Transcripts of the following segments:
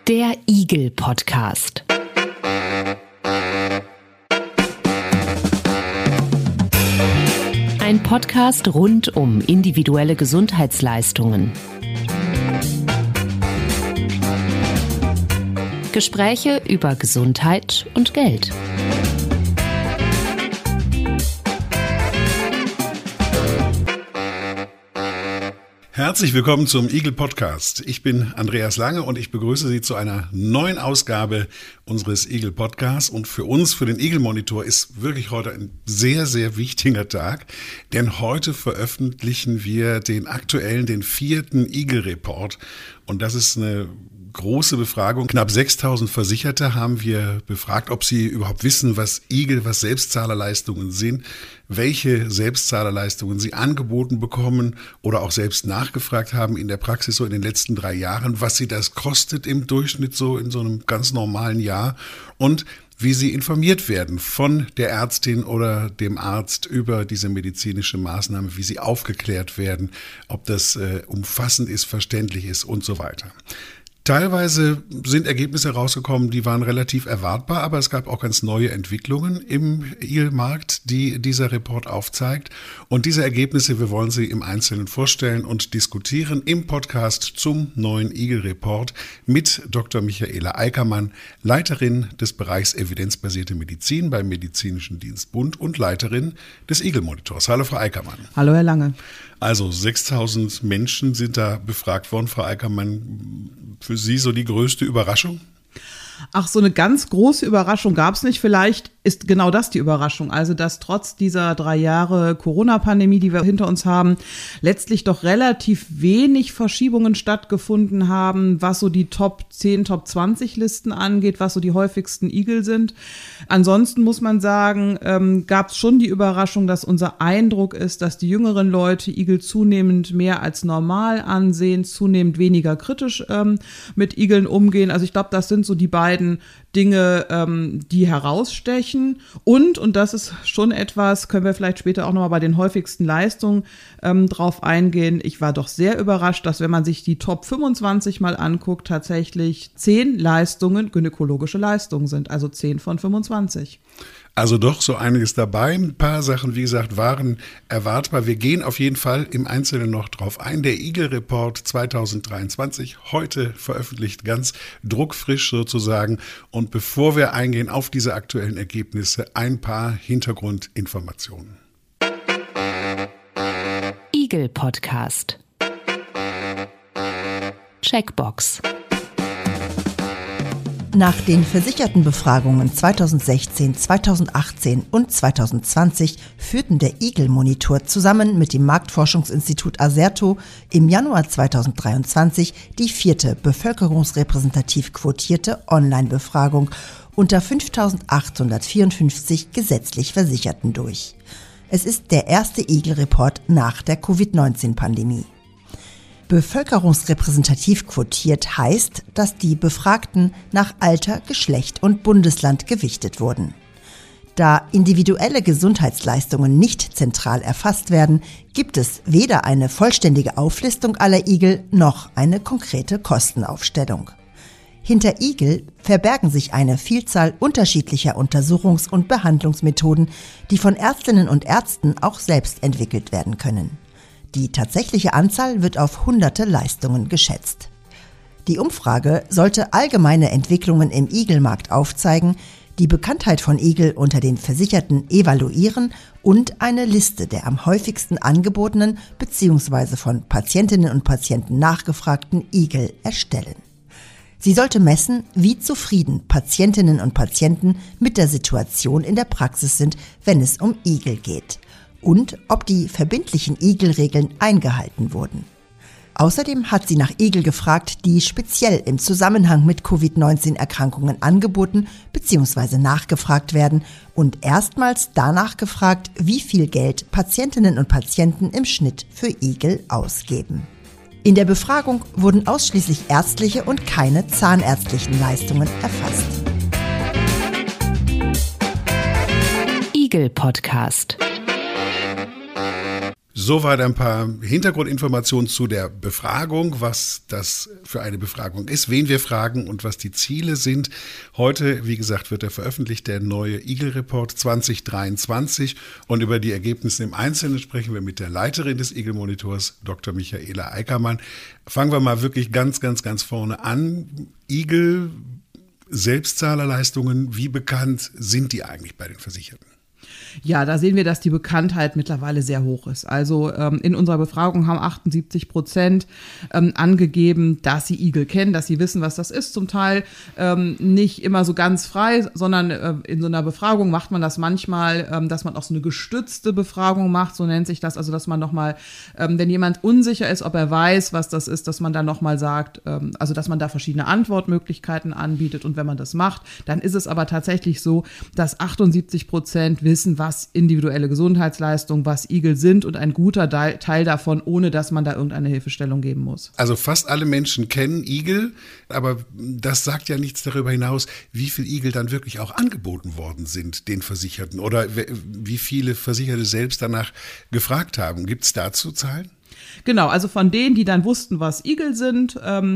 Der Igel-Podcast. Ein Podcast rund um individuelle Gesundheitsleistungen. Gespräche über Gesundheit und Geld. Herzlich willkommen zum Igel-Podcast. Ich bin Andreas Lange und ich begrüße Sie zu einer neuen Ausgabe unseres Igel-Podcasts. Und für uns, für den Igel-Monitor, ist wirklich heute ein sehr, sehr wichtiger Tag. Denn heute veröffentlichen wir den 4. Igel-Report. Und das ist eine große Befragung. Knapp 6.000 Versicherte haben wir befragt, ob sie überhaupt wissen, was Selbstzahlerleistungen sind, welche Selbstzahlerleistungen sie angeboten bekommen oder auch selbst nachgefragt haben in der Praxis so in den letzten 3 Jahren, was sie das kostet im Durchschnitt so in so einem ganz normalen Jahr und wie sie informiert werden von der Ärztin oder dem Arzt über diese medizinische Maßnahme, wie sie aufgeklärt werden, ob das umfassend ist, verständlich ist und so weiter. Teilweise sind Ergebnisse rausgekommen, die waren relativ erwartbar, aber es gab auch ganz neue Entwicklungen im Igel-Markt, die dieser Report aufzeigt. Und diese Ergebnisse, wir wollen sie im Einzelnen vorstellen und diskutieren im Podcast zum neuen Igel-Report mit Dr. Michaela Eickermann, Leiterin des Bereichs Evidenzbasierte Medizin beim Medizinischen Dienstbund und Leiterin des Igel-Monitors. Hallo, Frau Eickermann. Hallo, Herr Lange. Also 6.000 Menschen sind da befragt worden, Frau Eickermann. Für Sie so die größte Überraschung? Ach, so eine ganz große Überraschung gab es nicht. Vielleicht ist genau das die Überraschung. Also, dass trotz dieser 3 Jahre Corona-Pandemie, die wir hinter uns haben, letztlich doch relativ wenig Verschiebungen stattgefunden haben, was so die Top 10, Top 20 Listen angeht, was so die häufigsten Igel sind. Ansonsten muss man sagen, gab es schon die Überraschung, dass unser Eindruck ist, dass die jüngeren Leute Igel zunehmend mehr als normal ansehen, zunehmend weniger kritisch mit Igeln umgehen. Also ich glaube, das sind so die beiden Dinge, die herausstechen. Und das ist schon etwas, können wir vielleicht später auch nochmal bei den häufigsten Leistungen drauf eingehen. Ich war doch sehr überrascht, dass, wenn man sich die Top 25 mal anguckt, tatsächlich 10 Leistungen gynäkologische Leistungen sind, also 10 von 25. Also doch so einiges dabei. Ein paar Sachen, wie gesagt, waren erwartbar. Wir gehen auf jeden Fall im Einzelnen noch drauf ein. Der Igel-Report 2023, heute veröffentlicht, ganz druckfrisch sozusagen. Und bevor wir eingehen auf diese aktuellen Ergebnisse, ein paar Hintergrundinformationen. Igel-Podcast. Checkbox. Nach den Versichertenbefragungen 2016, 2018 und 2020 führten der Igel-Monitor zusammen mit dem Marktforschungsinstitut Acerto im Januar 2023 die 4. bevölkerungsrepräsentativ quotierte Online-Befragung unter 5.854 gesetzlich Versicherten durch. Es ist der erste Igel-Report nach der Covid-19-Pandemie. Bevölkerungsrepräsentativ quotiert heißt, dass die Befragten nach Alter, Geschlecht und Bundesland gewichtet wurden. Da individuelle Gesundheitsleistungen nicht zentral erfasst werden, gibt es weder eine vollständige Auflistung aller Igel noch eine konkrete Kostenaufstellung. Hinter Igel verbergen sich eine Vielzahl unterschiedlicher Untersuchungs- und Behandlungsmethoden, die von Ärztinnen und Ärzten auch selbst entwickelt werden können. Die tatsächliche Anzahl wird auf hunderte Leistungen geschätzt. Die Umfrage sollte allgemeine Entwicklungen im Igelmarkt aufzeigen, die Bekanntheit von Igel unter den Versicherten evaluieren und eine Liste der am häufigsten angebotenen bzw. von Patientinnen und Patienten nachgefragten Igel erstellen. Sie sollte messen, wie zufrieden Patientinnen und Patienten mit der Situation in der Praxis sind, wenn es um Igel geht. Und ob die verbindlichen Igel-Regeln eingehalten wurden. Außerdem hat sie nach Igel gefragt, die speziell im Zusammenhang mit Covid-19-Erkrankungen angeboten bzw. nachgefragt werden und erstmals danach gefragt, wie viel Geld Patientinnen und Patienten im Schnitt für Igel ausgeben. In der Befragung wurden ausschließlich ärztliche und keine zahnärztlichen Leistungen erfasst. Igel-Podcast. Soweit ein paar Hintergrundinformationen zu der Befragung, was das für eine Befragung ist, wen wir fragen und was die Ziele sind. Heute, wie gesagt, wird veröffentlicht, der neue Igel-Report 2023. Und über die Ergebnisse im Einzelnen sprechen wir mit der Leiterin des Igel-Monitors, Dr. Michaela Eickermann. Fangen wir mal wirklich ganz vorne an. Igel, Selbstzahlerleistungen, wie bekannt sind die eigentlich bei den Versicherten? Ja, da sehen wir, dass die Bekanntheit mittlerweile sehr hoch ist. Also in unserer Befragung haben 78% angegeben, dass sie Igel kennen, dass sie wissen, was das ist. Zum Teil nicht immer so ganz frei, sondern in so einer Befragung macht man das manchmal, dass man auch so eine gestützte Befragung macht, so nennt sich das. Also dass man nochmal, wenn jemand unsicher ist, ob er weiß, was das ist, dass man dann nochmal sagt, also dass man da verschiedene Antwortmöglichkeiten anbietet. Und wenn man das macht, dann ist es aber tatsächlich so, dass 78% wissen, was individuelle Gesundheitsleistungen, was Igel sind und ein guter Teil davon, ohne dass man da irgendeine Hilfestellung geben muss. Also fast alle Menschen kennen Igel, aber das sagt ja nichts darüber hinaus, wie viele Igel dann wirklich auch angeboten worden sind den Versicherten oder wie viele Versicherte selbst danach gefragt haben. Gibt es dazu Zahlen? Genau, also von denen, die dann wussten, was Igel sind,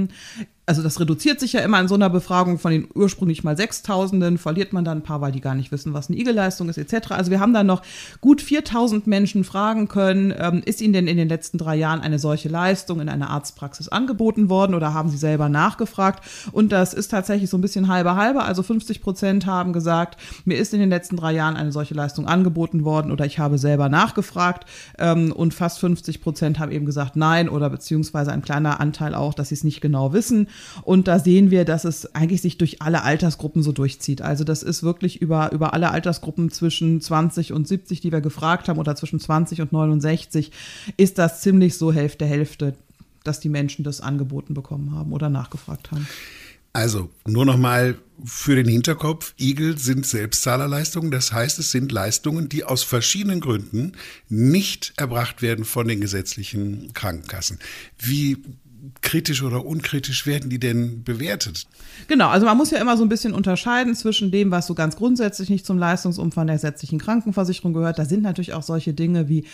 also das reduziert sich ja immer in so einer Befragung von den ursprünglich mal 6.000, verliert man dann ein paar, weil die gar nicht wissen, was eine Igelleistung ist etc. Also wir haben dann noch gut 4.000 Menschen fragen können, ist Ihnen denn in den letzten 3 Jahren eine solche Leistung in einer Arztpraxis angeboten worden oder haben Sie selber nachgefragt? Und das ist tatsächlich so ein bisschen halbe, also 50% haben gesagt, mir ist in den letzten 3 Jahren eine solche Leistung angeboten worden oder ich habe selber nachgefragt und fast 50% haben eben gesagt nein oder beziehungsweise ein kleiner Anteil auch, dass sie es nicht genau wissen. Und da sehen wir, dass es eigentlich sich durch alle Altersgruppen so durchzieht. Also das ist wirklich über alle Altersgruppen zwischen 20 und 70, die wir gefragt haben, oder zwischen 20 und 69, ist das ziemlich so Hälfte, dass die Menschen das angeboten bekommen haben oder nachgefragt haben. Also nur noch mal für den Hinterkopf, Igel sind Selbstzahlerleistungen. Das heißt, es sind Leistungen, die aus verschiedenen Gründen nicht erbracht werden von den gesetzlichen Krankenkassen. Wie kritisch oder unkritisch werden die denn bewertet? Genau, also man muss ja immer so ein bisschen unterscheiden zwischen dem, was so ganz grundsätzlich nicht zum Leistungsumfang der gesetzlichen Krankenversicherung gehört. Da sind natürlich auch solche Dinge wie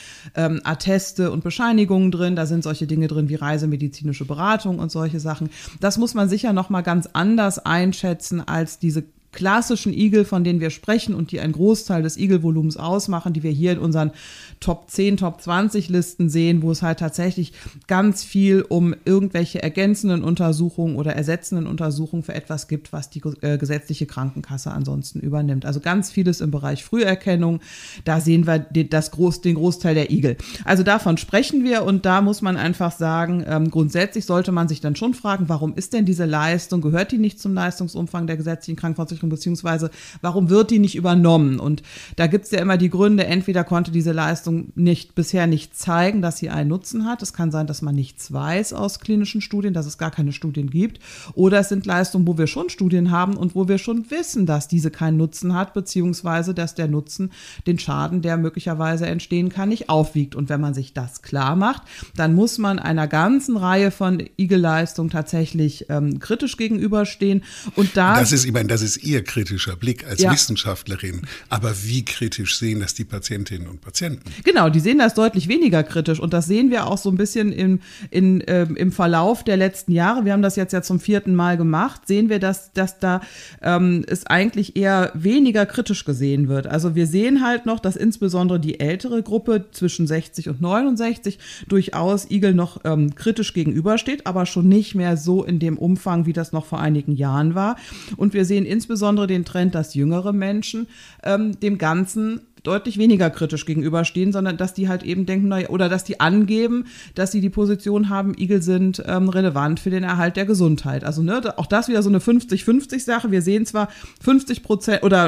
Atteste und Bescheinigungen drin, da sind solche Dinge drin wie reisemedizinische Beratung und solche Sachen. Das muss man sicher noch mal ganz anders einschätzen als diese klassischen Igel, von denen wir sprechen und die einen Großteil des Igelvolumens ausmachen, die wir hier in unseren Top 10, Top 20 Listen sehen, wo es halt tatsächlich ganz viel um irgendwelche ergänzenden Untersuchungen oder ersetzenden Untersuchungen für etwas gibt, was die gesetzliche Krankenkasse ansonsten übernimmt. Also ganz vieles im Bereich Früherkennung, da sehen wir den Großteil der Igel. Also davon sprechen wir und da muss man einfach sagen, grundsätzlich sollte man sich dann schon fragen, warum ist denn diese Leistung, gehört die nicht zum Leistungsumfang der gesetzlichen Krankenversicherung, beziehungsweise warum wird die nicht übernommen? Und da gibt es ja immer die Gründe, entweder konnte diese Leistung bisher nicht zeigen, dass sie einen Nutzen hat. Es kann sein, dass man nichts weiß aus klinischen Studien, dass es gar keine Studien gibt. Oder es sind Leistungen, wo wir schon Studien haben und wo wir schon wissen, dass diese keinen Nutzen hat, beziehungsweise dass der Nutzen den Schaden, der möglicherweise entstehen kann, nicht aufwiegt. Und wenn man sich das klar macht, dann muss man einer ganzen Reihe von Igelleistungen tatsächlich kritisch gegenüberstehen. Und das ist Ihr kritischer Blick als Wissenschaftlerin. Aber wie kritisch sehen das die Patientinnen und Patienten? Genau, die sehen das deutlich weniger kritisch. Und das sehen wir auch so ein bisschen im Verlauf der letzten Jahre. Wir haben das jetzt ja zum 4. Mal gemacht. Sehen wir, dass da es eigentlich eher weniger kritisch gesehen wird. Also wir sehen halt noch, dass insbesondere die ältere Gruppe zwischen 60 und 69 durchaus Igel noch kritisch gegenübersteht, aber schon nicht mehr so in dem Umfang, wie das noch vor einigen Jahren war. Und wir sehen insbesondere den Trend, dass jüngere Menschen dem Ganzen deutlich weniger kritisch gegenüberstehen, sondern dass die halt eben denken, oder dass die angeben, dass sie die Position haben, Igel sind relevant für den Erhalt der Gesundheit. Also auch das wieder so eine 50-50-Sache. Wir sehen zwar 50% oder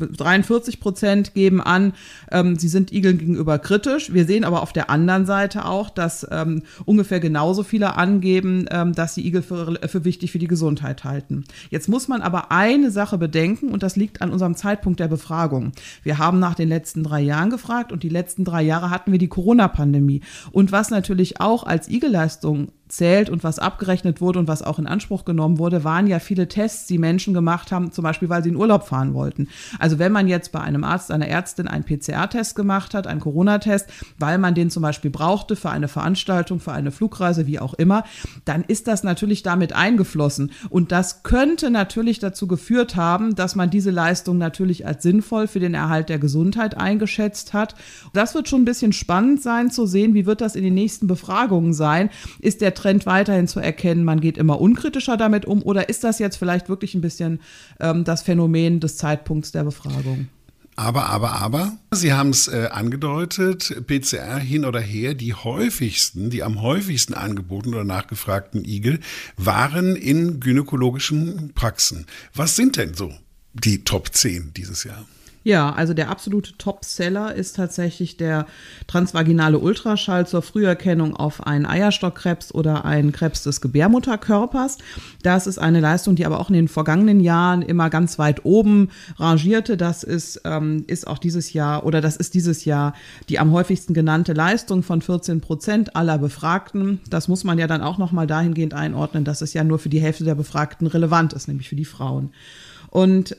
43% geben an, sie sind Igeln gegenüber kritisch. Wir sehen aber auf der anderen Seite auch, dass ungefähr genauso viele angeben, dass sie Igel für wichtig für die Gesundheit halten. Jetzt muss man aber eine Sache bedenken und das liegt an unserem Zeitpunkt der Befragung. Wir haben nach den letzten 3 Jahren gefragt und die letzten 3 Jahre hatten wir die Corona-Pandemie. Und was natürlich auch als Igelleistung zählt und was abgerechnet wurde und was auch in Anspruch genommen wurde, waren ja viele Tests, die Menschen gemacht haben, zum Beispiel, weil sie in Urlaub fahren wollten. Also wenn man jetzt bei einem Arzt, einer Ärztin einen PCR-Test gemacht hat, einen Corona-Test, weil man den zum Beispiel brauchte für eine Veranstaltung, für eine Flugreise, wie auch immer, dann ist das natürlich damit eingeflossen. Und das könnte natürlich dazu geführt haben, dass man diese Leistung natürlich als sinnvoll für den Erhalt der Gesundheit eingeschätzt hat. Das wird schon ein bisschen spannend sein zu sehen, wie wird das in den nächsten Befragungen sein. Ist der Trend weiterhin zu erkennen, man geht immer unkritischer damit um, oder ist das jetzt vielleicht wirklich ein bisschen das Phänomen des Zeitpunkts der Befragung? Aber, Sie haben es angedeutet, PCR hin oder her, die am häufigsten angebotenen oder nachgefragten Igel waren in gynäkologischen Praxen. Was sind denn so die Top 10 dieses Jahr? Ja, also der absolute Topseller ist tatsächlich der transvaginale Ultraschall zur Früherkennung auf einen Eierstockkrebs oder einen Krebs des Gebärmutterkörpers. Das ist eine Leistung, die aber auch in den vergangenen Jahren immer ganz weit oben rangierte. Das ist dieses Jahr die am häufigsten genannte Leistung von 14% aller Befragten. Das muss man ja dann auch nochmal dahingehend einordnen, dass es ja nur für die Hälfte der Befragten relevant ist, nämlich für die Frauen. Und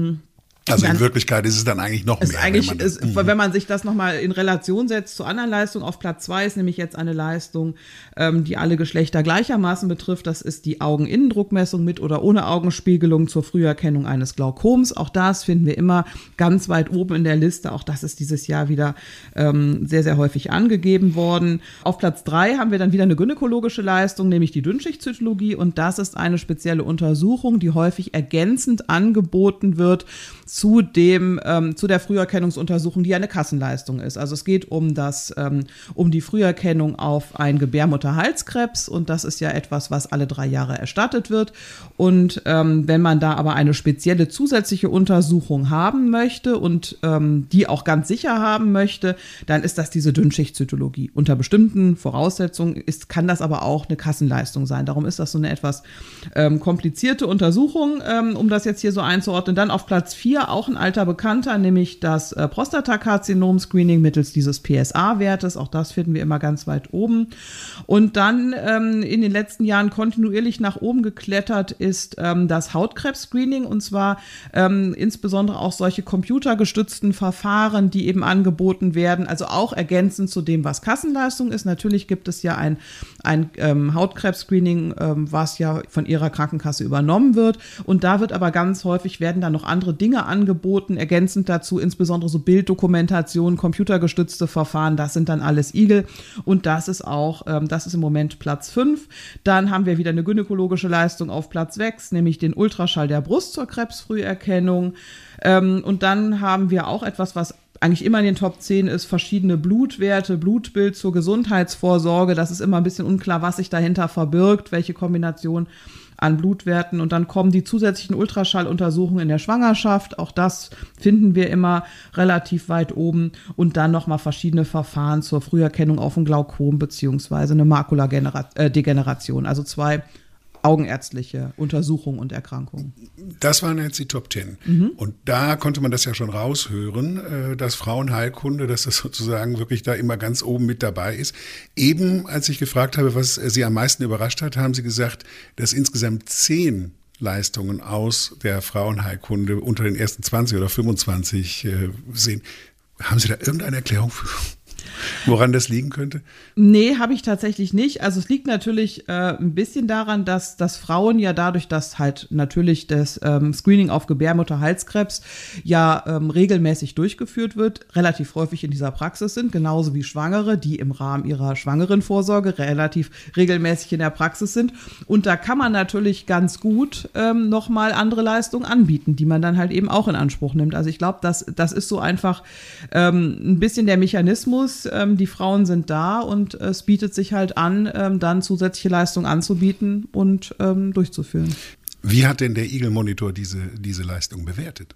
also in Wirklichkeit ist es dann eigentlich noch mehr. Wenn man sich das nochmal in Relation setzt zu anderen Leistungen, auf Platz 2 ist nämlich jetzt eine Leistung, die alle Geschlechter gleichermaßen betrifft. Das ist die Augeninnendruckmessung mit oder ohne Augenspiegelung zur Früherkennung eines Glaukoms. Auch das finden wir immer ganz weit oben in der Liste. Auch das ist dieses Jahr wieder sehr, sehr häufig angegeben worden. Auf Platz 3 haben wir dann wieder eine gynäkologische Leistung, nämlich die Dünnschichtzytologie. Und das ist eine spezielle Untersuchung, die häufig ergänzend angeboten wird zu der Früherkennungsuntersuchung, die eine Kassenleistung ist. Also es geht um die Früherkennung auf einen Gebärmutterhalskrebs, und das ist ja etwas, was alle 3 Jahre erstattet wird. Und wenn man da aber eine spezielle zusätzliche Untersuchung haben möchte und die auch ganz sicher haben möchte, dann ist das diese Dünnschichtzytologie. Unter bestimmten Voraussetzungen kann das aber auch eine Kassenleistung sein. Darum ist das so eine etwas komplizierte Untersuchung, um das jetzt hier so einzuordnen. Dann auf Platz 4 auch ein alter Bekannter, nämlich das Prostatakarzinom-Screening mittels dieses PSA-Wertes. Auch das finden wir immer ganz weit oben. Und dann in den letzten Jahren kontinuierlich nach oben geklettert ist das Hautkrebs-Screening, und zwar insbesondere auch solche computergestützten Verfahren, die eben angeboten werden, also auch ergänzend zu dem, was Kassenleistung ist. Natürlich gibt es ja ein Hautkrebs-Screening, was ja von Ihrer Krankenkasse übernommen wird, und da wird aber ganz häufig werden dann noch andere Dinge angeboten, ergänzend dazu insbesondere so Bilddokumentation, computergestützte Verfahren, das sind dann alles Igel, und das ist im Moment Platz 5. Dann haben wir wieder eine gynäkologische Leistung auf Platz 6, nämlich den Ultraschall der Brust zur Krebsfrüherkennung, und dann haben wir auch etwas, was eigentlich immer in den Top 10 ist, verschiedene Blutwerte, Blutbild zur Gesundheitsvorsorge. Das ist immer ein bisschen unklar, was sich dahinter verbirgt, welche Kombination an Blutwerten. Und dann kommen die zusätzlichen Ultraschalluntersuchungen in der Schwangerschaft. Auch das finden wir immer relativ weit oben. Und dann nochmal verschiedene Verfahren zur Früherkennung auf ein Glaukom beziehungsweise eine Makuladegeneration. Also 2 augenärztliche Untersuchungen und Erkrankungen. Das waren jetzt die Top 10. Und da konnte man das ja schon raushören, dass Frauenheilkunde, dass das sozusagen wirklich da immer ganz oben mit dabei ist. Eben, als ich gefragt habe, was Sie am meisten überrascht hat, haben Sie gesagt, dass insgesamt 10 Leistungen aus der Frauenheilkunde unter den ersten 20 oder 25 sind. Haben Sie da irgendeine Erklärung für? Woran das liegen könnte? Nee, habe ich tatsächlich nicht. Also es liegt natürlich ein bisschen daran, dass Frauen ja dadurch, dass halt natürlich das Screening auf Gebärmutterhalskrebs ja regelmäßig durchgeführt wird, relativ häufig in dieser Praxis sind, genauso wie Schwangere, die im Rahmen ihrer Schwangerenvorsorge relativ regelmäßig in der Praxis sind. Und da kann man natürlich ganz gut nochmal andere Leistungen anbieten, die man dann halt eben auch in Anspruch nimmt. Also ich glaube, das ist so einfach ein bisschen der Mechanismus. Die Frauen sind da und es bietet sich halt an, dann zusätzliche Leistungen anzubieten und durchzuführen. Wie hat denn der Igel Monitor diese Leistung bewertet?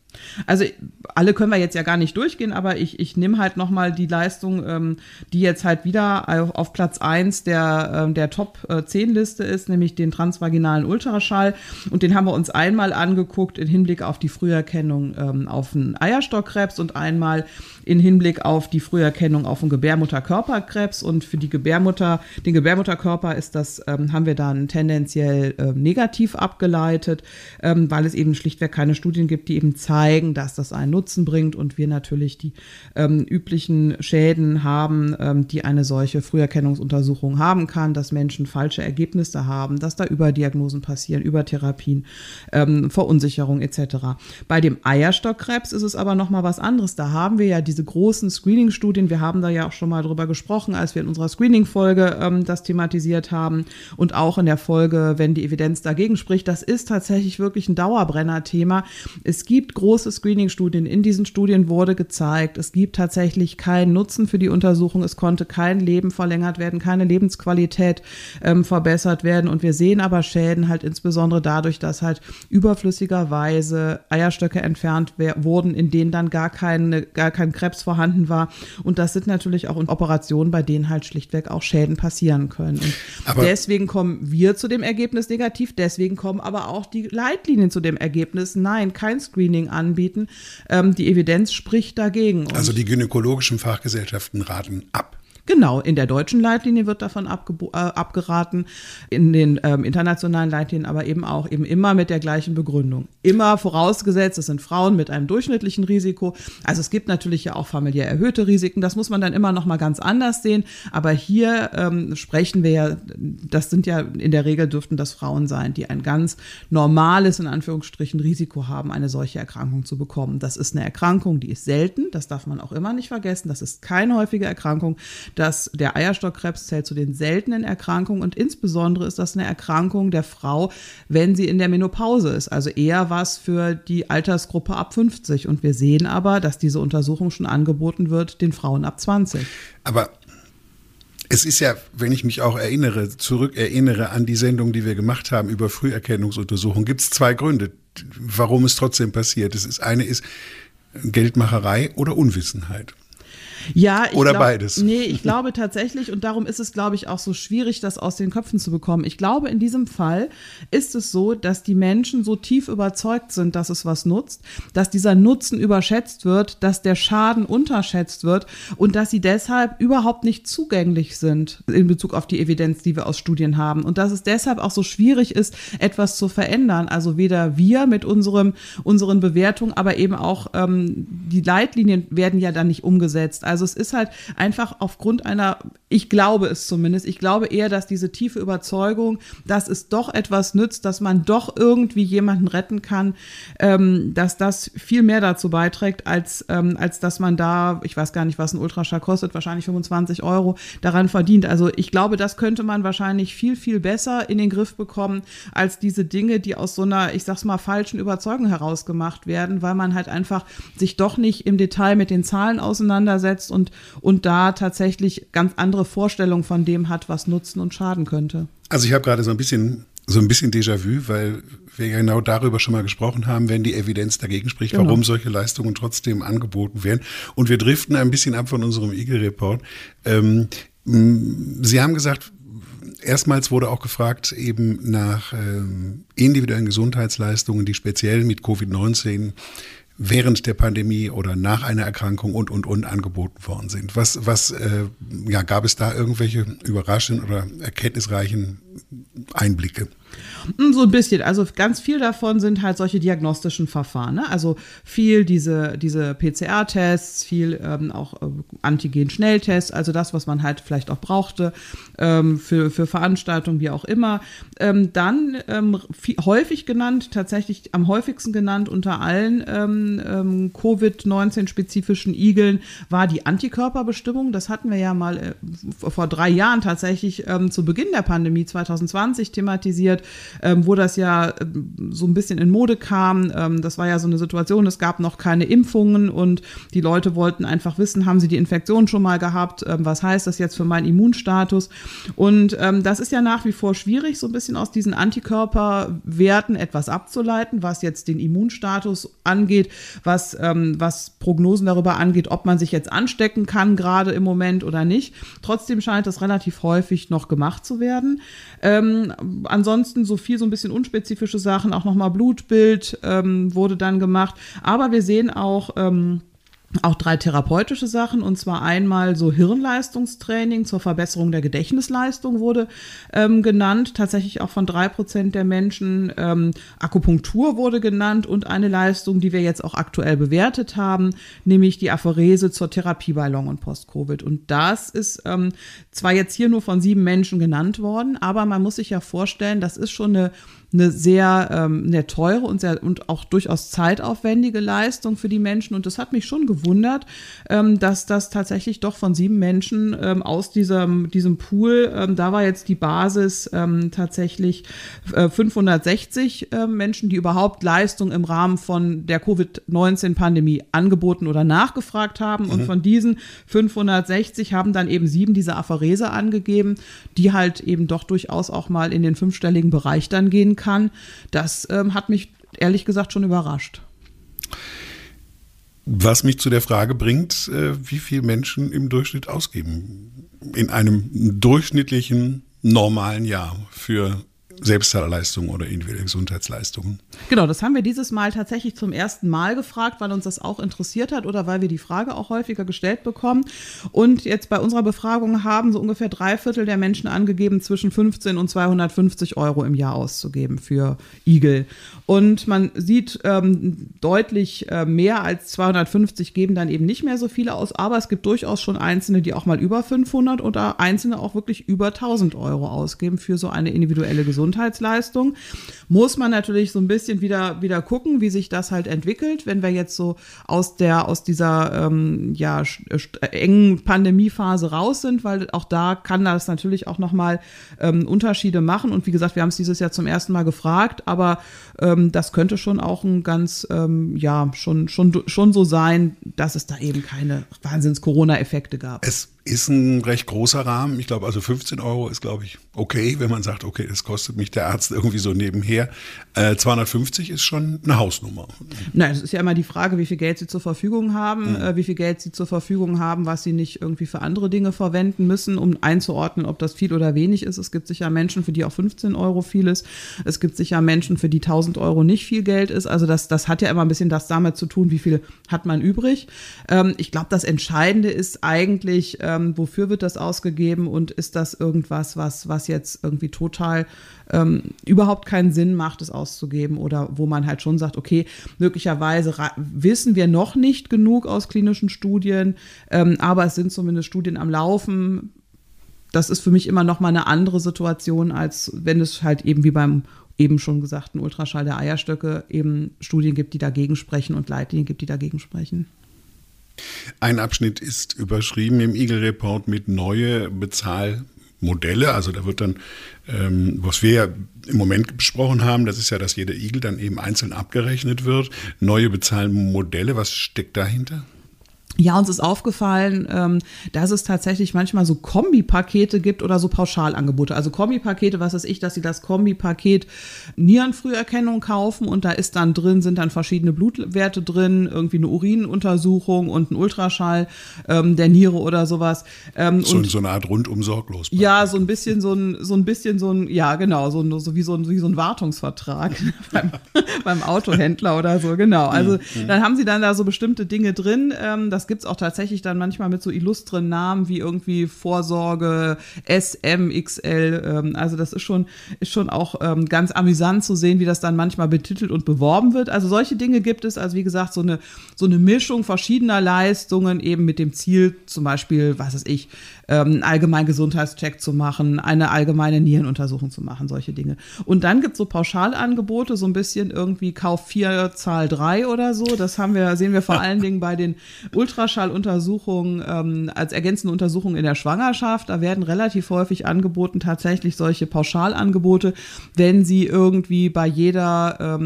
Also alle können wir jetzt ja gar nicht durchgehen, aber ich nehme halt nochmal die Leistung, die jetzt halt wieder auf Platz 1 der Top-10-Liste ist, nämlich den transvaginalen Ultraschall. Und den haben wir uns einmal angeguckt im Hinblick auf die Früherkennung auf den Eierstockkrebs und einmal im Hinblick auf die Früherkennung auf den Gebärmutterkörperkrebs. Und für den Gebärmutterkörper ist das, haben wir dann tendenziell negativ abgeleitet, weil es eben schlichtweg keine Studien gibt, die eben zeigen, dass das einen Nutzen bringt und wir natürlich die üblichen Schäden haben, die eine solche Früherkennungsuntersuchung haben kann, dass Menschen falsche Ergebnisse haben, dass da Überdiagnosen passieren, Übertherapien, Verunsicherung etc. Bei dem Eierstockkrebs ist es aber nochmal was anderes. Da haben wir ja diese großen Screening-Studien, wir haben da ja auch schon mal drüber gesprochen, als wir in unserer Screening-Folge das thematisiert haben und auch in der Folge, wenn die Evidenz dagegen spricht. Das ist tatsächlich wirklich ein Dauerbrenner-Thema. Es gibt große Screening-Studien. In diesen Studien wurde gezeigt, es gibt tatsächlich keinen Nutzen für die Untersuchung. Es konnte kein Leben verlängert werden, keine Lebensqualität verbessert werden. Und wir sehen aber Schäden halt insbesondere dadurch, dass halt überflüssigerweise Eierstöcke entfernt wurden, in denen dann gar kein Krebs vorhanden war. Und das sind natürlich auch Operationen, bei denen halt schlichtweg auch Schäden passieren können. Und deswegen kommen wir zu dem Ergebnis negativ. Deswegen kommen aber auch die Leitlinien zu dem Ergebnis, nein, kein Screening anbieten. Die Evidenz spricht dagegen. Also die gynäkologischen Fachgesellschaften raten ab. Genau, in der deutschen Leitlinie wird davon abgeraten, in den internationalen Leitlinien aber eben auch eben immer mit der gleichen Begründung. Immer vorausgesetzt, es sind Frauen mit einem durchschnittlichen Risiko. Also es gibt natürlich ja auch familiär erhöhte Risiken, das muss man dann immer noch mal ganz anders sehen. Aber hier sprechen wir ja, das sind ja in der Regel dürften das Frauen sein, die ein ganz normales, in Anführungsstrichen, Risiko haben, eine solche Erkrankung zu bekommen. Das ist eine Erkrankung, die ist selten, das darf man auch immer nicht vergessen, das ist keine häufige Erkrankung. Der Eierstockkrebs zählt zu den seltenen Erkrankungen und insbesondere ist das eine Erkrankung der Frau, wenn sie in der Menopause ist. Also eher was für die Altersgruppe ab 50. Und wir sehen aber, dass diese Untersuchung schon angeboten wird den Frauen ab 20. Aber es ist ja, wenn ich mich auch zurückerinnere an die Sendung, die wir gemacht haben über Früherkennungsuntersuchungen, gibt es 2 Gründe, warum es trotzdem passiert. Eine ist Geldmacherei oder Unwissenheit. Ja, beides. Nee, ich glaube tatsächlich, und darum ist es, glaube ich, auch so schwierig, das aus den Köpfen zu bekommen. Ich glaube, in diesem Fall ist es so, dass die Menschen so tief überzeugt sind, dass es was nutzt, dass dieser Nutzen überschätzt wird, dass der Schaden unterschätzt wird und dass sie deshalb überhaupt nicht zugänglich sind in Bezug auf die Evidenz, die wir aus Studien haben. Und dass es deshalb auch so schwierig ist, etwas zu verändern. Also weder wir mit unseren Bewertungen, aber eben auch die Leitlinien werden ja dann nicht umgesetzt. Also es ist halt einfach aufgrund ich glaube es zumindest, ich glaube eher, dass diese tiefe Überzeugung, dass es doch etwas nützt, dass man doch irgendwie jemanden retten kann, dass das viel mehr dazu beiträgt, als dass man da, ich weiß gar nicht, was ein Ultraschall kostet, wahrscheinlich 25 €, daran verdient. Also ich glaube, das könnte man wahrscheinlich viel, viel besser in den Griff bekommen, als diese Dinge, die aus so einer, ich sag's mal, falschen Überzeugung herausgemacht werden, weil man halt einfach sich doch nicht im Detail mit den Zahlen auseinandersetzt und da tatsächlich ganz andere Vorstellungen von dem hat, was nutzen und schaden könnte. Also ich habe gerade so ein bisschen Déjà-vu, weil wir ja genau darüber schon mal gesprochen haben, wenn die Evidenz dagegen spricht, genau, warum solche Leistungen trotzdem angeboten werden. Und wir driften ein bisschen ab von unserem Igel-Report. Sie haben gesagt, erstmals wurde auch gefragt eben nach individuellen Gesundheitsleistungen, die speziell mit Covid-19 während der Pandemie oder nach einer Erkrankung und angeboten worden sind. Gab es da irgendwelche überraschenden oder erkenntnisreichen Einblicke? So ein bisschen. Also ganz viel davon sind halt solche diagnostischen Verfahren. Ne? Also viel diese PCR-Tests, viel auch Antigen-Schnelltests, also das, was man halt vielleicht auch brauchte für Veranstaltungen, wie auch immer. Dann häufig genannt, tatsächlich am häufigsten genannt unter allen Covid-19-spezifischen Igeln war die Antikörperbestimmung. Das hatten wir ja mal vor 3 Jahren tatsächlich zu Beginn der Pandemie 2020 thematisiert. Covid, wo das ja so ein bisschen in Mode kam. Das war ja so eine Situation, es gab noch keine Impfungen und die Leute wollten einfach wissen, haben sie die Infektion schon mal gehabt? Was heißt das jetzt für meinen Immunstatus? Und das ist ja nach wie vor schwierig, so ein bisschen aus diesen Antikörperwerten etwas abzuleiten, was jetzt den Immunstatus angeht, was Prognosen darüber angeht, ob man sich jetzt anstecken kann, gerade im Moment oder nicht. Trotzdem scheint das relativ häufig noch gemacht zu werden. Ansonsten so ein bisschen unspezifische Sachen, auch nochmal Blutbild wurde dann gemacht. Aber wir sehen auch 3 therapeutische Sachen, und zwar einmal so Hirnleistungstraining zur Verbesserung der Gedächtnisleistung wurde genannt, tatsächlich auch von 3% der Menschen. Akupunktur wurde genannt und eine Leistung, die wir jetzt auch aktuell bewertet haben, nämlich die Aphorese zur Therapie bei Long- und Post-Covid. Und das ist zwar jetzt hier nur von 7 Menschen genannt worden, aber man muss sich ja vorstellen, das ist schon eine sehr teure und auch durchaus zeitaufwendige Leistung für die Menschen. Und das hat mich schon gewundert, dass das tatsächlich doch von 7 Menschen aus diesem Pool, da war jetzt die Basis tatsächlich 560 Menschen, die überhaupt Leistung im Rahmen von der Covid-19-Pandemie angeboten oder nachgefragt haben. Und von diesen 560 haben dann eben 7 diese Aphorese angegeben, die halt eben doch durchaus auch mal in den 5-stelligen Bereich dann gehen kann. Das hat mich ehrlich gesagt schon überrascht. Was mich zu der Frage bringt, wie viel Menschen im Durchschnitt ausgeben in einem durchschnittlichen, normalen Jahr für Selbstzahlerleistungen oder individuelle Gesundheitsleistungen. Genau, das haben wir dieses Mal tatsächlich zum ersten Mal gefragt, weil uns das auch interessiert hat oder weil wir die Frage auch häufiger gestellt bekommen. Und jetzt bei unserer Befragung haben so ungefähr 3/4 der Menschen angegeben, zwischen 15 und 250 Euro im Jahr auszugeben für Igel. Und man sieht deutlich mehr als 250 geben dann eben nicht mehr so viele aus, aber es gibt durchaus schon Einzelne, die auch mal über 500 oder Einzelne auch wirklich über 1000 Euro ausgeben für so eine individuelle Gesundheitsleistung. Muss man natürlich so ein bisschen wieder gucken, wie sich das halt entwickelt, wenn wir jetzt so aus dieser engen Pandemiephase raus sind, weil auch da kann das natürlich auch nochmal Unterschiede machen. Und wie gesagt, wir haben es dieses Jahr zum ersten Mal gefragt, aber das könnte schon auch ein ganz, schon so sein, dass es da eben keine Wahnsinns-Corona-Effekte gab. Es ist ein recht großer Rahmen. Ich glaube, also 15 Euro ist, glaube ich, okay, wenn man sagt, okay, das kostet mich der Arzt irgendwie so nebenher. 250 ist schon eine Hausnummer. Nein, es ist ja immer die Frage, wie viel Geld Sie zur Verfügung haben, wie viel Geld Sie zur Verfügung haben, was Sie nicht irgendwie für andere Dinge verwenden müssen, um einzuordnen, ob das viel oder wenig ist. Es gibt sicher Menschen, für die auch 15 Euro viel ist. Es gibt sicher Menschen, für die 1000 Euro nicht viel Geld ist. Also das hat ja immer ein bisschen das damit zu tun, wie viel hat man übrig. Ich glaube, das Entscheidende ist eigentlich, wofür wird das ausgegeben und ist das irgendwas, was jetzt irgendwie total überhaupt keinen Sinn macht, es auszugeben, oder wo man halt schon sagt, okay, möglicherweise wissen wir noch nicht genug aus klinischen Studien, aber es sind zumindest Studien am Laufen. Das ist für mich immer noch mal eine andere Situation, als wenn es halt eben wie beim eben schon gesagten Ultraschall der Eierstöcke eben Studien gibt, die dagegen sprechen und Leitlinien gibt, die dagegen sprechen. Ein Abschnitt ist überschrieben im Eagle Report mit neue Bezahlmodelle. Also da wird dann, was wir ja im Moment besprochen haben, das ist ja, dass jeder Igel dann eben einzeln abgerechnet wird. Neue Bezahlmodelle, was steckt dahinter? Ja, uns ist aufgefallen, dass es tatsächlich manchmal so Kombipakete gibt oder so Pauschalangebote. Also Kombipakete, was weiß ich, dass sie das Kombipaket Nierenfrüherkennung kaufen und da ist dann sind dann verschiedene Blutwerte drin, irgendwie eine Urinuntersuchung und ein Ultraschall der Niere oder sowas. So eine Art rundum sorglos. Ja, so ein bisschen so ein, ja genau, so wie so ein Wartungsvertrag beim Autohändler oder so, genau. Also dann haben sie dann da so bestimmte Dinge drin, das gibt es auch tatsächlich dann manchmal mit so illustren Namen wie irgendwie Vorsorge, SM, XL. Also das ist schon auch ganz amüsant zu sehen, wie das dann manchmal betitelt und beworben wird. Also solche Dinge gibt es. Also wie gesagt, so eine Mischung verschiedener Leistungen eben mit dem Ziel, zum Beispiel, was weiß ich, einen allgemeinen Gesundheitscheck zu machen, eine allgemeine Nierenuntersuchung zu machen, solche Dinge. Und dann gibt es so Pauschalangebote, so ein bisschen irgendwie Kauf 4, Zahl 3 oder so. Das sehen wir vor allen Dingen bei den Ultraschalluntersuchung als ergänzende Untersuchung in der Schwangerschaft. Da werden relativ häufig angeboten, tatsächlich solche Pauschalangebote, wenn Sie irgendwie bei jeder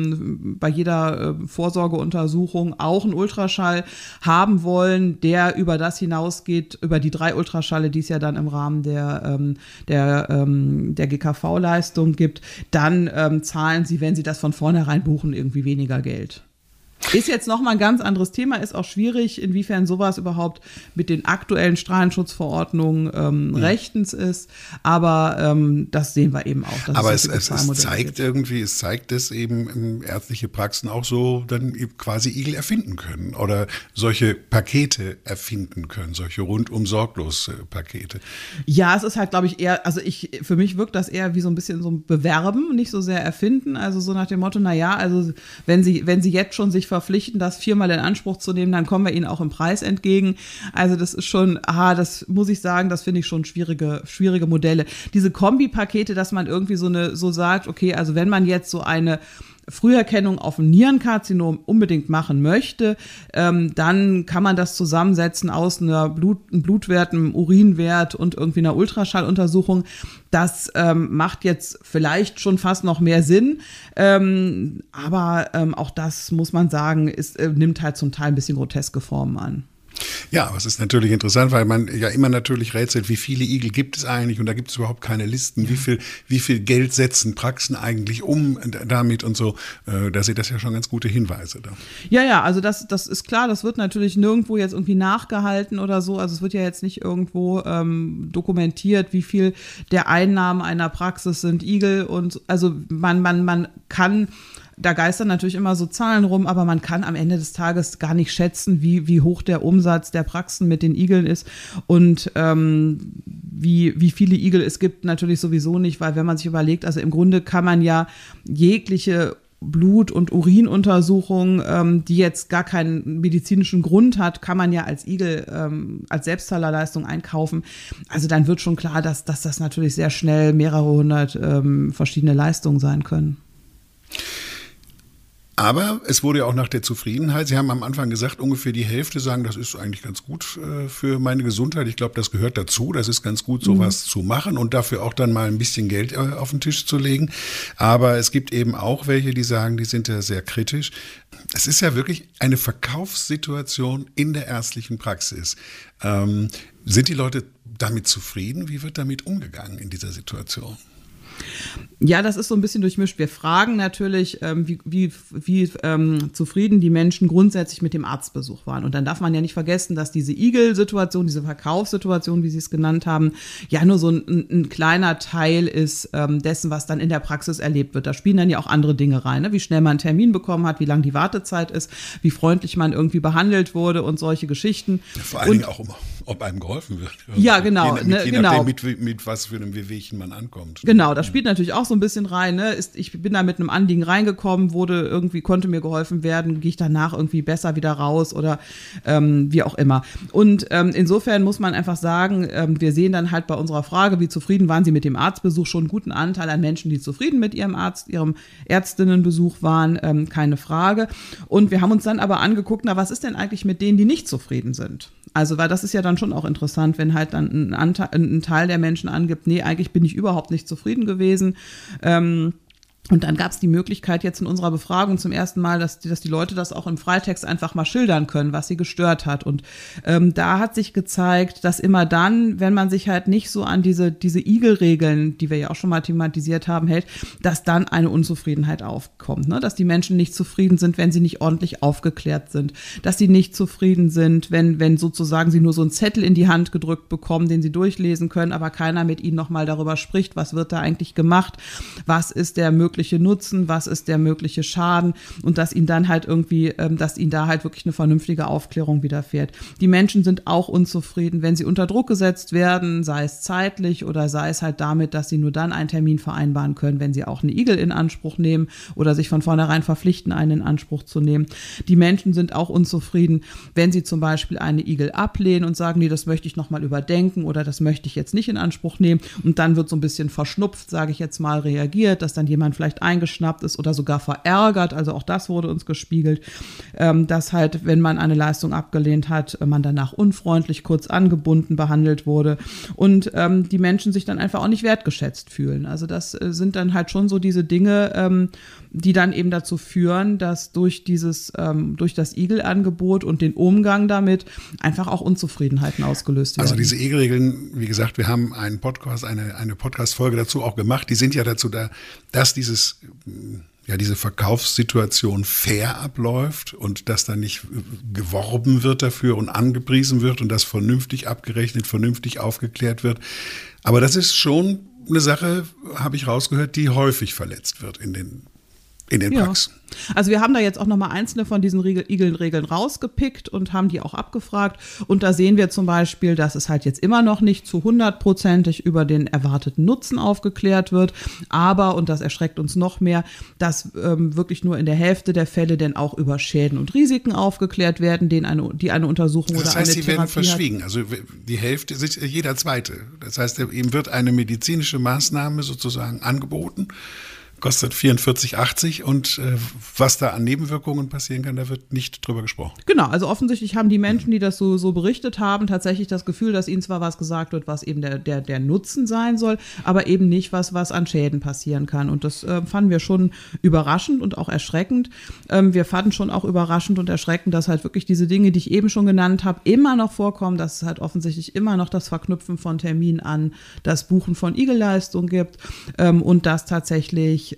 Vorsorgeuntersuchung auch einen Ultraschall haben wollen, der über das hinausgeht, über die 3 Ultraschalle, die es ja dann im Rahmen der GKV-Leistung gibt, dann zahlen Sie, wenn Sie das von vornherein buchen, irgendwie weniger Geld. Ist jetzt nochmal ein ganz anderes Thema, ist auch schwierig, inwiefern sowas überhaupt mit den aktuellen Strahlenschutzverordnungen rechtens ist, aber das sehen wir eben auch. Aber es zeigt dass eben ärztliche Praxen auch so dann quasi Igel erfinden können oder solche Pakete erfinden können, solche rundum sorglos Pakete. Ja, es ist halt, glaube ich, eher, für mich wirkt das eher wie so ein bisschen so ein Bewerben, nicht so sehr erfinden, also so nach dem Motto, also wenn Sie jetzt schon sich verpflichten, das 4-mal in Anspruch zu nehmen, dann kommen wir Ihnen auch im Preis entgegen. Also das ist schon, das muss ich sagen, das finde ich schon schwierige Modelle. Diese Kombipakete, dass man irgendwie so sagt, okay, also wenn man jetzt so eine Früherkennung auf ein Nierenkarzinom unbedingt machen möchte, dann kann man das zusammensetzen aus einem Blutwert, einem Urinwert und irgendwie einer Ultraschalluntersuchung. Das macht jetzt vielleicht schon fast noch mehr Sinn, aber auch das, muss man sagen, nimmt halt zum Teil ein bisschen groteske Formen an. Ja, aber es ist natürlich interessant, weil man ja immer natürlich rätselt, wie viele Igel gibt es eigentlich und da gibt es überhaupt keine Listen, wie viel Geld setzen Praxen eigentlich um damit und so, da sind das ja schon ganz gute Hinweise da. Ja, also das ist klar, das wird natürlich nirgendwo jetzt irgendwie nachgehalten oder so, also es wird ja jetzt nicht irgendwo dokumentiert, wie viel der Einnahmen einer Praxis sind Igel und also man kann. Da geistern natürlich immer so Zahlen rum, aber man kann am Ende des Tages gar nicht schätzen, wie hoch der Umsatz der Praxen mit den Igeln ist und wie viele Igel es gibt, natürlich sowieso nicht, weil wenn man sich überlegt, also im Grunde kann man ja jegliche Blut- und Urinuntersuchung, die jetzt gar keinen medizinischen Grund hat, kann man ja als Igel, als Selbstzahlerleistung einkaufen. Also dann wird schon klar, dass das natürlich sehr schnell mehrere hundert verschiedene Leistungen sein können. Aber es wurde ja auch nach der Zufriedenheit. Sie haben am Anfang gesagt, ungefähr die Hälfte sagen, das ist eigentlich ganz gut für meine Gesundheit. Ich glaube, das gehört dazu. Das ist ganz gut, sowas zu machen und dafür auch dann mal ein bisschen Geld auf den Tisch zu legen. Aber es gibt eben auch welche, die sagen, die sind ja sehr kritisch. Es ist ja wirklich eine Verkaufssituation in der ärztlichen Praxis. Sind die Leute damit zufrieden? Wie wird damit umgegangen in dieser Situation? Ja, das ist so ein bisschen durchmischt. Wir fragen natürlich, wie zufrieden die Menschen grundsätzlich mit dem Arztbesuch waren. Und dann darf man ja nicht vergessen, dass diese Igel-Situation, diese Verkaufssituation, wie Sie es genannt haben, ja nur so ein kleiner Teil ist dessen, was dann in der Praxis erlebt wird. Da spielen dann ja auch andere Dinge rein, ne? Wie schnell man einen Termin bekommen hat, wie lang die Wartezeit ist, wie freundlich man irgendwie behandelt wurde und solche Geschichten. Ja, vor allen Dingen auch immer, ob einem geholfen wird. Ja, genau. Je nachdem, mit was für einem Wehwehchen man ankommt. Genau, das spielt natürlich auch so ein bisschen rein. Ne? Ich bin da mit einem Anliegen reingekommen, konnte mir geholfen werden, gehe ich danach irgendwie besser wieder raus oder wie auch immer. Und insofern muss man einfach sagen, wir sehen dann halt bei unserer Frage, wie zufrieden waren Sie mit dem Arztbesuch, schon einen guten Anteil an Menschen, die zufrieden mit ihrem Ärztinnenbesuch waren, keine Frage. Und wir haben uns dann aber angeguckt, was ist denn eigentlich mit denen, die nicht zufrieden sind? Also, weil das ist ja dann schon auch interessant, wenn halt dann ein Teil der Menschen angibt, nee, eigentlich bin ich überhaupt nicht zufrieden gewesen. Und dann gab es die Möglichkeit jetzt in unserer Befragung zum ersten Mal, dass die Leute das auch im Freitext einfach mal schildern können, was sie gestört hat. Und da hat sich gezeigt, dass immer dann, wenn man sich halt nicht so an diese Igel-Regeln, die wir ja auch schon mal thematisiert haben, hält, dass dann eine Unzufriedenheit aufkommt. Ne? Dass die Menschen nicht zufrieden sind, wenn sie nicht ordentlich aufgeklärt sind. Dass sie nicht zufrieden sind, wenn sozusagen sie nur so einen Zettel in die Hand gedrückt bekommen, den sie durchlesen können, aber keiner mit ihnen nochmal darüber spricht, was wird da eigentlich gemacht, was ist der mögliche Nutzen, was ist der mögliche Schaden und dass ihnen dann halt irgendwie, dass ihnen da halt wirklich eine vernünftige Aufklärung widerfährt. Die Menschen sind auch unzufrieden, wenn sie unter Druck gesetzt werden, sei es zeitlich oder sei es halt damit, dass sie nur dann einen Termin vereinbaren können, wenn sie auch eine Igel in Anspruch nehmen oder sich von vornherein verpflichten, einen in Anspruch zu nehmen. Die Menschen sind auch unzufrieden, wenn sie zum Beispiel eine Igel ablehnen und sagen, nee, das möchte ich nochmal überdenken oder das möchte ich jetzt nicht in Anspruch nehmen und dann wird so ein bisschen verschnupft, sage ich jetzt mal, reagiert, dass dann jemand vielleicht vielleicht eingeschnappt ist oder sogar verärgert. Also auch das wurde uns gespiegelt, dass halt, wenn man eine Leistung abgelehnt hat, man danach unfreundlich, kurz angebunden behandelt wurde und die Menschen sich dann einfach auch nicht wertgeschätzt fühlen. Also das sind dann halt schon so diese Dinge, die dann eben dazu führen, dass durch das Igel-Angebot und den Umgang damit einfach auch Unzufriedenheiten ausgelöst werden. Also diese Igel-Regeln, wie gesagt, wir haben einen Podcast, eine Podcast-Folge dazu auch gemacht. Die sind ja dazu da, dass diese Verkaufssituation fair abläuft und dass da nicht geworben wird dafür und angepriesen wird und das vernünftig abgerechnet, vernünftig aufgeklärt wird. Aber das ist schon eine Sache, habe ich rausgehört, die häufig verletzt wird in den Praxen. Also wir haben da jetzt auch nochmal einzelne von diesen Igel-Regeln rausgepickt und haben die auch abgefragt. Und da sehen wir zum Beispiel, dass es halt jetzt immer noch nicht zu 100% über den erwarteten Nutzen aufgeklärt wird. Aber, und das erschreckt uns noch mehr, dass wirklich nur in der Hälfte der Fälle denn auch über Schäden und Risiken aufgeklärt werden, die eine Untersuchung oder eine Therapie hat. Das heißt, sie werden verschwiegen. Also die Hälfte, jeder zweite. Das heißt, ihm wird eine medizinische Maßnahme sozusagen angeboten. Kostet 44,80 und was da an Nebenwirkungen passieren kann, da wird nicht drüber gesprochen. Genau, also offensichtlich haben die Menschen, die das so berichtet haben, tatsächlich das Gefühl, dass ihnen zwar was gesagt wird, was eben der Nutzen sein soll, aber eben nicht was an Schäden passieren kann. Und das fanden wir schon überraschend und auch erschreckend. Wir fanden schon auch überraschend und erschreckend, dass halt wirklich diese Dinge, die ich eben schon genannt habe, immer noch vorkommen, dass es halt offensichtlich immer noch das Verknüpfen von Terminen an das Buchen von Igelleistungen gibt und dass tatsächlich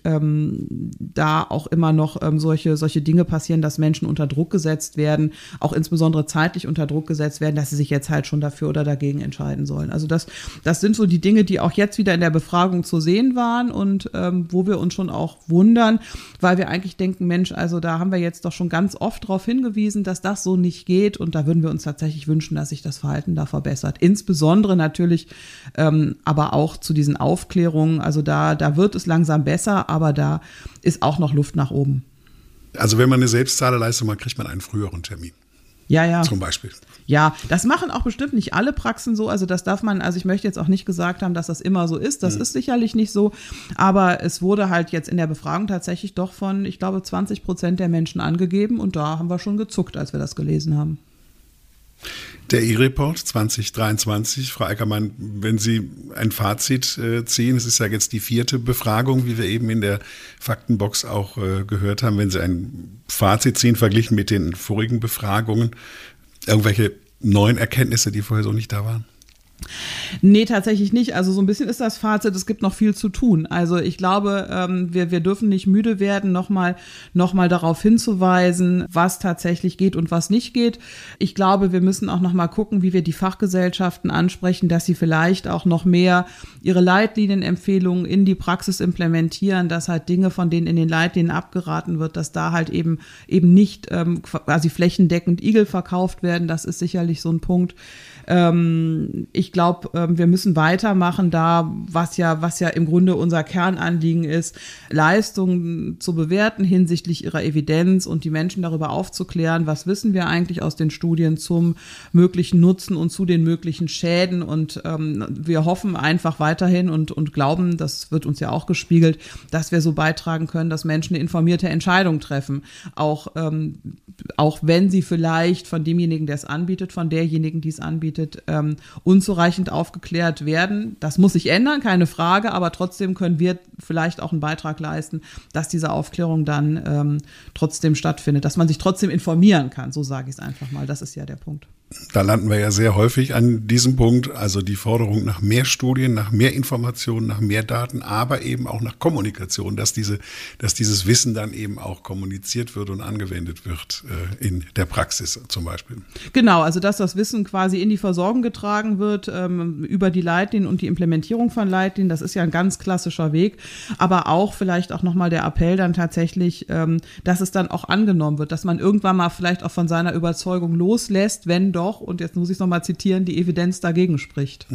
da auch immer noch solche Dinge passieren, dass Menschen unter Druck gesetzt werden, auch insbesondere zeitlich unter Druck gesetzt werden, dass sie sich jetzt halt schon dafür oder dagegen entscheiden sollen. Also das sind so die Dinge, die auch jetzt wieder in der Befragung zu sehen waren und wo wir uns schon auch wundern, weil wir eigentlich denken, Mensch, also da haben wir jetzt doch schon ganz oft darauf hingewiesen, dass das so nicht geht und da würden wir uns tatsächlich wünschen, dass sich das Verhalten da verbessert. Insbesondere natürlich aber auch zu diesen Aufklärungen, also da wird es langsam besser, aber da ist auch noch Luft nach oben. Also wenn man eine Selbstzahlerleistung macht, kriegt man einen früheren Termin. Ja. Zum Beispiel. Ja, das machen auch bestimmt nicht alle Praxen so. Also das darf man, also ich möchte jetzt auch nicht gesagt haben, dass das immer so ist. Das ist sicherlich nicht so. Aber es wurde halt jetzt in der Befragung tatsächlich doch von, ich glaube, 20% der Menschen angegeben. Und da haben wir schon gezuckt, als wir das gelesen haben. Der E-Report 2023, Frau Eckermann, wenn Sie ein Fazit ziehen, es ist ja jetzt die 4. Befragung, wie wir eben in der Faktenbox auch gehört haben, wenn Sie ein Fazit ziehen, verglichen mit den vorigen Befragungen, irgendwelche neuen Erkenntnisse, die vorher so nicht da waren? Nee, tatsächlich nicht. Also so ein bisschen ist das Fazit, es gibt noch viel zu tun. Also ich glaube, wir dürfen nicht müde werden, nochmal darauf hinzuweisen, was tatsächlich geht und was nicht geht. Ich glaube, wir müssen auch nochmal gucken, wie wir die Fachgesellschaften ansprechen, dass sie vielleicht auch noch mehr ihre Leitlinienempfehlungen in die Praxis implementieren, dass halt Dinge, von denen in den Leitlinien abgeraten wird, dass da halt eben nicht quasi flächendeckend Igel verkauft werden. Das ist sicherlich so ein Punkt. Ich glaube, wir müssen weitermachen da, was ja im Grunde unser Kernanliegen ist, Leistungen zu bewerten hinsichtlich ihrer Evidenz und die Menschen darüber aufzuklären, was wissen wir eigentlich aus den Studien zum möglichen Nutzen und zu den möglichen Schäden. Und wir hoffen einfach weiterhin und glauben, das wird uns ja auch gespiegelt, dass wir so beitragen können, dass Menschen eine informierte Entscheidung treffen. Auch wenn sie vielleicht von demjenigen, der es anbietet, von derjenigen, die es anbietet, unzureichend aufgeklärt werden. Das muss sich ändern, keine Frage, aber trotzdem können wir vielleicht auch einen Beitrag leisten, dass diese Aufklärung dann trotzdem stattfindet, dass man sich trotzdem informieren kann, so sage ich es einfach mal. Das ist ja der Punkt. Da landen wir ja sehr häufig an diesem Punkt, also die Forderung nach mehr Studien, nach mehr Informationen, nach mehr Daten, aber eben auch nach Kommunikation, dass dieses Wissen dann eben auch kommuniziert wird und angewendet wird in der Praxis zum Beispiel. Genau, also dass das Wissen quasi in die Versorgung getragen wird über die Leitlinien und die Implementierung von Leitlinien, das ist ja ein ganz klassischer Weg, aber auch vielleicht auch nochmal der Appell dann tatsächlich, dass es dann auch angenommen wird, dass man irgendwann mal vielleicht auch von seiner Überzeugung loslässt, wenn doch, und jetzt muss ich es nochmal zitieren, die Evidenz dagegen spricht.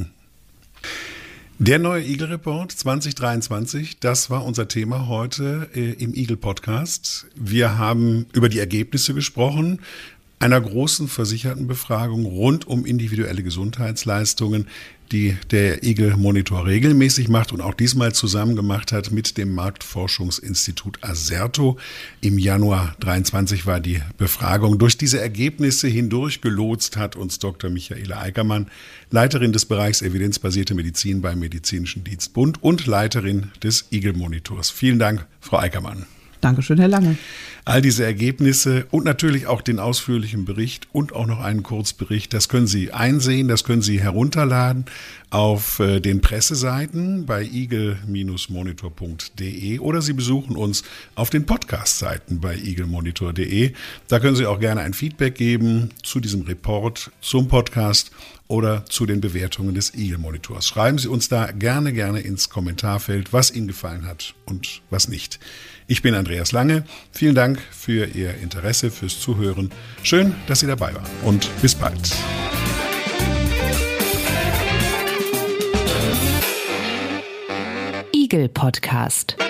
Der neue Igel-Report 2023, das war unser Thema heute im Igel-Podcast. Wir haben über die Ergebnisse gesprochen, einer großen Versichertenbefragung rund um individuelle Gesundheitsleistungen. die der Eagle Monitor regelmäßig macht und auch diesmal zusammen gemacht hat mit dem Marktforschungsinstitut Acerto. Im Januar 23 war die Befragung. Durch diese Ergebnisse hindurch gelotst hat uns Dr. Michaela Eickermann, Leiterin des Bereichs Evidenzbasierte Medizin beim Medizinischen Dienstbund und Leiterin des Eagle Monitors. Vielen Dank, Frau Eickermann. Dankeschön, Herr Lange. All diese Ergebnisse und natürlich auch den ausführlichen Bericht und auch noch einen Kurzbericht, das können Sie einsehen, das können Sie herunterladen auf den Presseseiten bei eagle-monitor.de oder Sie besuchen uns auf den Podcast-Seiten bei eaglemonitor.de. Da können Sie auch gerne ein Feedback geben zu diesem Report, zum Podcast oder zu den Bewertungen des Eagle Monitors. Schreiben Sie uns da gerne ins Kommentarfeld, was Ihnen gefallen hat und was nicht. Ich bin Andreas Lange. Vielen Dank für Ihr Interesse, fürs Zuhören. Schön, dass Sie dabei waren und bis bald. Eagle Podcast.